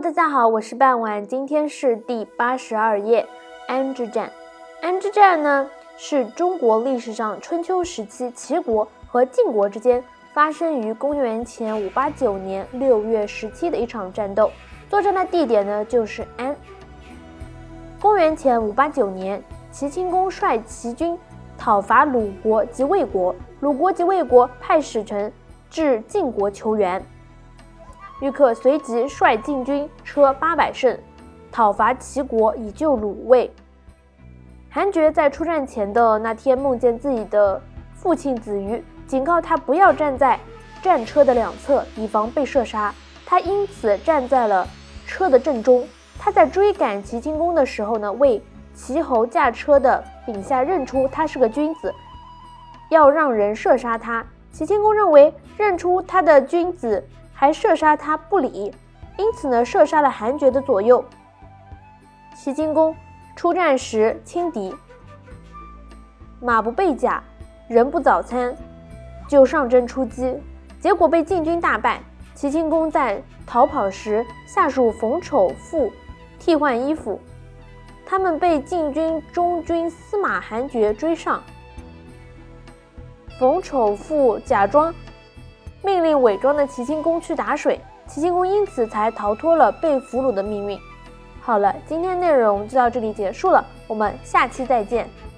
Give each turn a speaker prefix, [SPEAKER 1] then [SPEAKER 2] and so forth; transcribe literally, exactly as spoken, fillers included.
[SPEAKER 1] 大家好，我是半晚，今天是第八十二页，安之战。安之战呢，是中国历史上春秋时期齐国和晋国之间发生于公元前五八九年六月十七的一场战斗。作战的地点呢，就是安。公元前五八九年，齐顷公率齐军讨伐鲁国及魏国，鲁国及魏国派使臣至晋国求援。欲克随即率晋军车八百乘，讨伐齐国以救鲁卫。韩厥在出战前的那天梦见自己的父亲子瑜，警告他不要站在战车的两侧，以防被射杀。他因此站在了车的正中。他在追赶齐顷公的时候呢，为齐侯驾车的柄下认出他是个君子，要让人射杀他。齐顷公认为认出他的君子还射杀他不理，因此呢，射杀了韩厥的左右。齐顷公出战时轻敌，马不备甲，人不早餐，就上阵出击，结果被晋军大败。齐顷公在逃跑时，下属冯丑父替换衣服，他们被晋军中军司马韩厥追上。冯丑父假装命令伪装的齐顷公去打水，齐顷公因此才逃脱了被俘虏的命运。好了，今天内容就到这里结束了，我们下期再见。